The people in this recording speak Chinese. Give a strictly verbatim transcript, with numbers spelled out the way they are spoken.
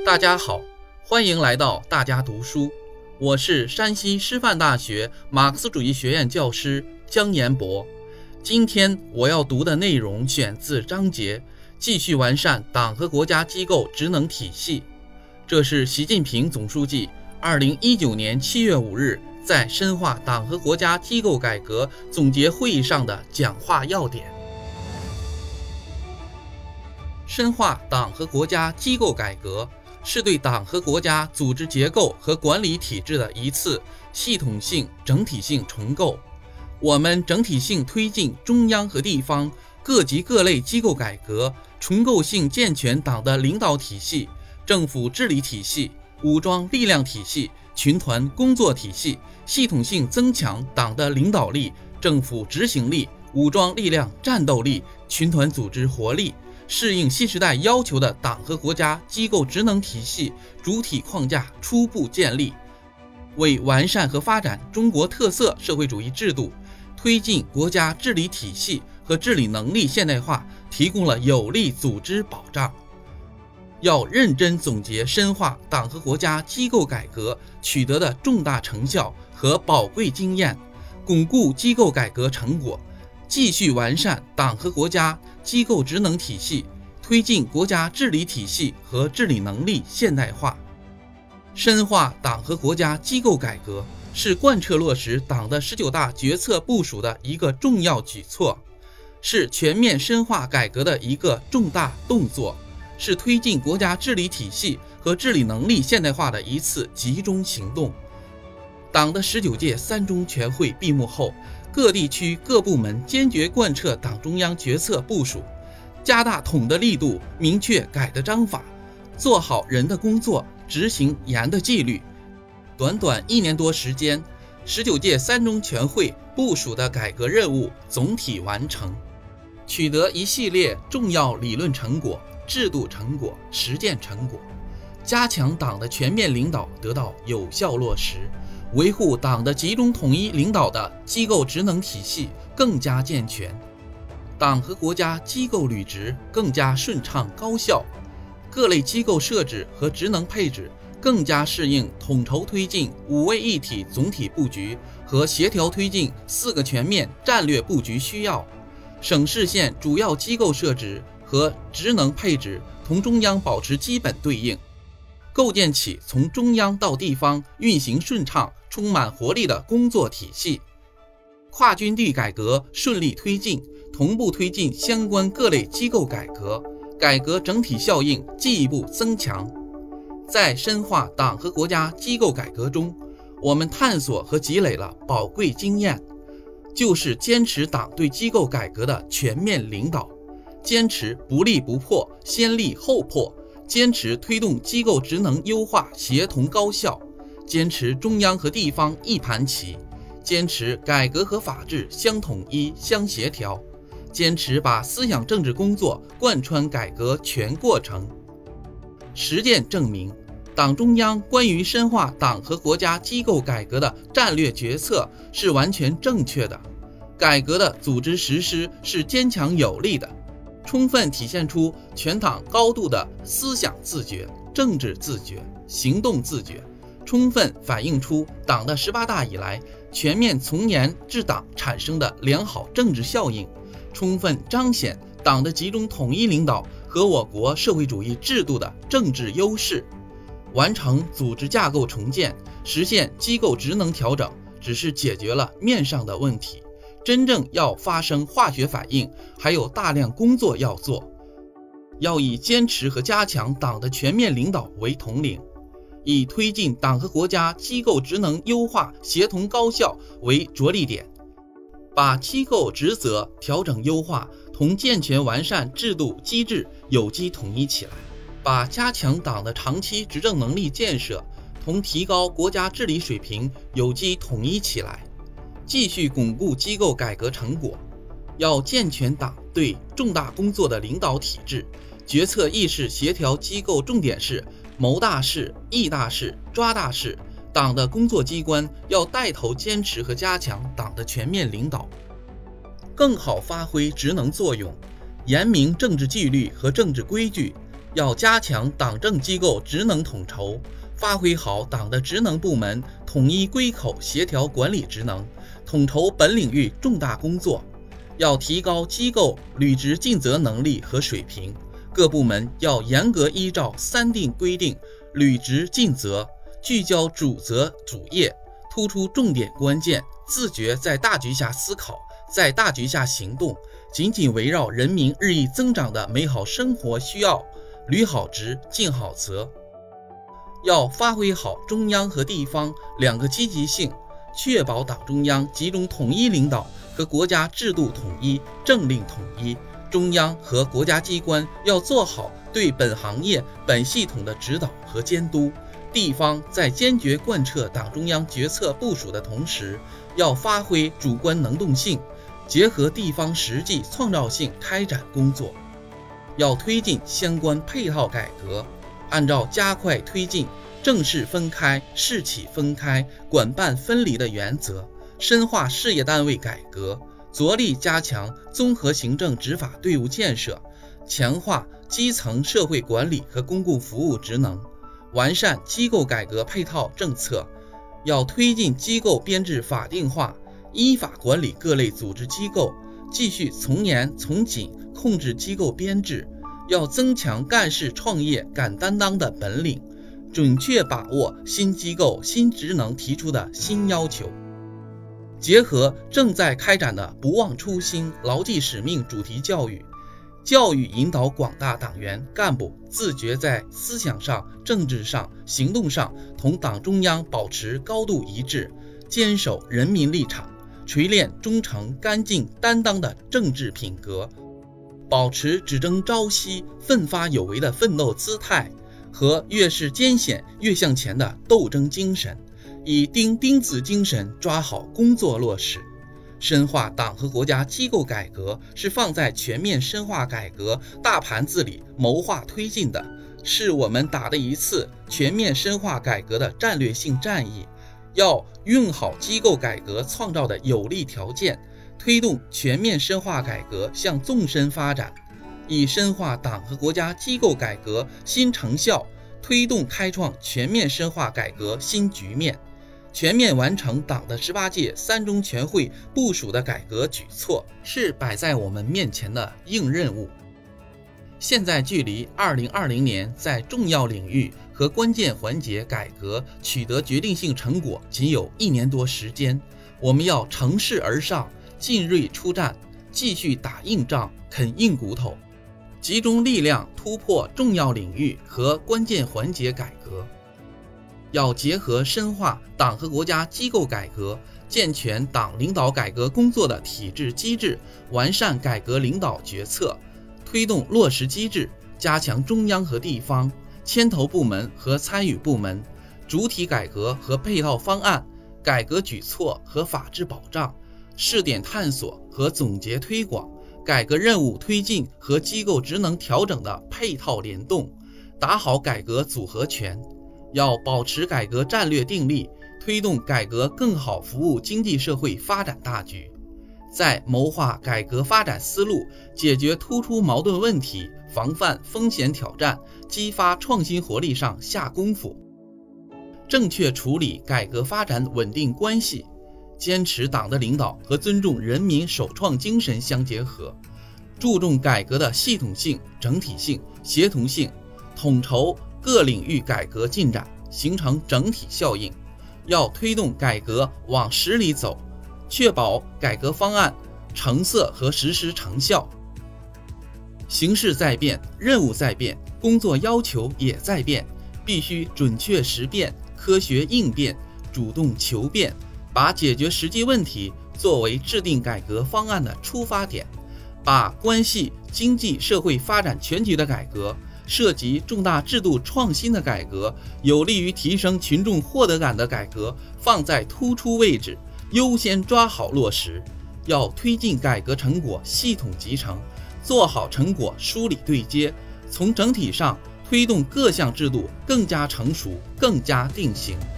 大家好，欢迎来到大家读书，我是山西师范大学马克思主义学院教师姜延博。今天我要读的内容选自章节继续完善党和国家机构职能体系，这是习近平总书记二零一九年七月五日在深化党和国家机构改革总结会议上的讲话要点。深化党和国家机构改革是对党和国家组织结构和管理体制的一次系统性、整体性重构。我们整体性推进中央和地方各级各类机构改革，重构性健全党的领导体系、政府治理体系、武装力量体系、群团工作体系，系统性增强党的领导力、政府执行力、武装力量战斗力、群团组织活力，适应新时代要求的党和国家机构职能体系主体框架初步建立，为完善和发展中国特色社会主义制度，推进国家治理体系和治理能力现代化提供了有力组织保障。要认真总结深化党和国家机构改革取得的重大成效和宝贵经验，巩固机构改革成果，继续完善党和国家机构职能体系，推进国家治理体系和治理能力现代化。深化党和国家机构改革是贯彻落实党的十九大决策部署的一个重要举措，是全面深化改革的一个重大动作，是推进国家治理体系和治理能力现代化的一次集中行动。党的十九届三中全会闭幕后，各地区各部门坚决贯彻党中央决策部署，加大统的力度，明确改的章法，做好人的工作，执行严的纪律。短短一年多时间，十九届三中全会部署的改革任务总体完成，取得一系列重要理论成果、制度成果、实践成果，加强党的全面领导得到有效落实，维护党的集中统一领导的机构职能体系更加健全，党和国家机构履职更加顺畅高效，各类机构设置和职能配置更加适应统筹推进五位一体总体布局和协调推进四个全面战略布局需要，省市县主要机构设置和职能配置同中央保持基本对应，构建起从中央到地方运行顺畅、充满活力的工作体系。跨军地改革顺利推进，同步推进相关各类机构改革，改革整体效应进一步增强。在深化党和国家机构改革中，我们探索和积累了宝贵经验，就是坚持党对机构改革的全面领导，坚持不立不破、先立后破，坚持推动机构职能优化协同高效，坚持中央和地方一盘棋，坚持改革和法治相统一相协调，坚持把思想政治工作贯穿改革全过程。实践证明，党中央关于深化党和国家机构改革的战略决策是完全正确的，改革的组织实施是坚强有力的，充分体现出全党高度的思想自觉、政治自觉、行动自觉，充分反映出党的十八大以来全面从严治党产生的良好政治效应，充分彰显党的集中统一领导和我国社会主义制度的政治优势。完成组织架构重建，实现机构职能调整，只是解决了面上的问题，真正要发生化学反应，还有大量工作要做。要以坚持和加强党的全面领导为统领，以推进党和国家机构职能优化协同高效为着力点，把机构职责调整优化同健全完善制度机制有机统一起来，把加强党的长期执政能力建设同提高国家治理水平有机统一起来，继续巩固机构改革成果。要健全党对重大工作的领导体制，决策意识协调机构重点是谋大事、议大事、抓大事。党的工作机关要带头坚持和加强党的全面领导，更好发挥职能作用，严明政治纪律和政治规矩， 要加强党政机构职能统筹，发挥好党的职能部门统一归口协调管理职能，统筹本领域重大工作。要提高机构履职尽责能力和水平，各部门要严格依照三定规定履职尽责，聚焦主责主业，突出重点关键，自觉在大局下思考，在大局下行动，紧紧围绕人民日益增长的美好生活需要，履好职尽好责。要发挥好中央和地方两个积极性，确保党中央集中统一领导和国家制度统一、政令统一。中央和国家机关要做好对本行业本系统的指导和监督，地方在坚决贯彻党中央决策部署的同时，要发挥主观能动性，结合地方实际创造性开展工作。要推进相关配套改革，按照加快推进政事分开、事企分开、管办分离的原则，深化事业单位改革，着力加强综合行政执法队伍建设，强化基层社会管理和公共服务职能，完善机构改革配套政策。要推进机构编制法定化，依法管理各类组织机构，继续从严从紧控制机构编制。要增强干事创业敢担当的本领，准确把握新机构新职能提出的新要求。结合正在开展的不忘初心、牢记使命主题教育，教育引导广大党员干部自觉在思想上、政治上、行动上同党中央保持高度一致，坚守人民立场，锤炼忠诚、干净、担当的政治品格，保持只争朝夕、奋发有为的奋斗姿态和越是艰险越向前的斗争精神，以钉钉子精神抓好工作落实。深化党和国家机构改革是放在全面深化改革大盘子里谋划推进的，是我们打的一次全面深化改革的战略性战役。要用好机构改革创造的有利条件，推动全面深化改革向纵深发展，以深化党和国家机构改革新成效，推动开创全面深化改革新局面，全面完成党的十八届三中全会部署的改革举措，是摆在我们面前的硬任务。现在距离二零二零年在重要领域和关键环节改革取得决定性成果仅有一年多时间，我们要乘势而上，进锐出战，继续打硬仗、啃硬骨头，集中力量突破重要领域和关键环节改革。要结合深化党和国家机构改革，健全党领导改革工作的体制机制，完善改革领导决策，推动落实机制，加强中央和地方牵头部门和参与部门主体改革和配套方案、改革举措和法治保障、试点探索和总结推广、改革任务推进和机构职能调整的配套联动，打好改革组合拳。要保持改革战略定力，推动改革更好服务经济社会发展大局，在谋划改革发展思路、解决突出矛盾问题、防范风险挑战、激发创新活力上下功夫，正确处理改革发展稳定关系，坚持党的领导和尊重人民首创精神相结合，注重改革的系统性、整体性、协同性，统筹各领域改革进展，形成整体效应。要推动改革往实里走，确保改革方案成色和实施成效。形势在变，任务在变，工作要求也在变，必须准确识变、科学应变、主动求变，把解决实际问题作为制定改革方案的出发点，把关系经济社会发展全局的改革、涉及重大制度创新的改革、有利于提升群众获得感的改革放在突出位置，优先抓好落实。要推进改革成果系统集成，做好成果梳理对接，从整体上推动各项制度更加成熟、更加定型。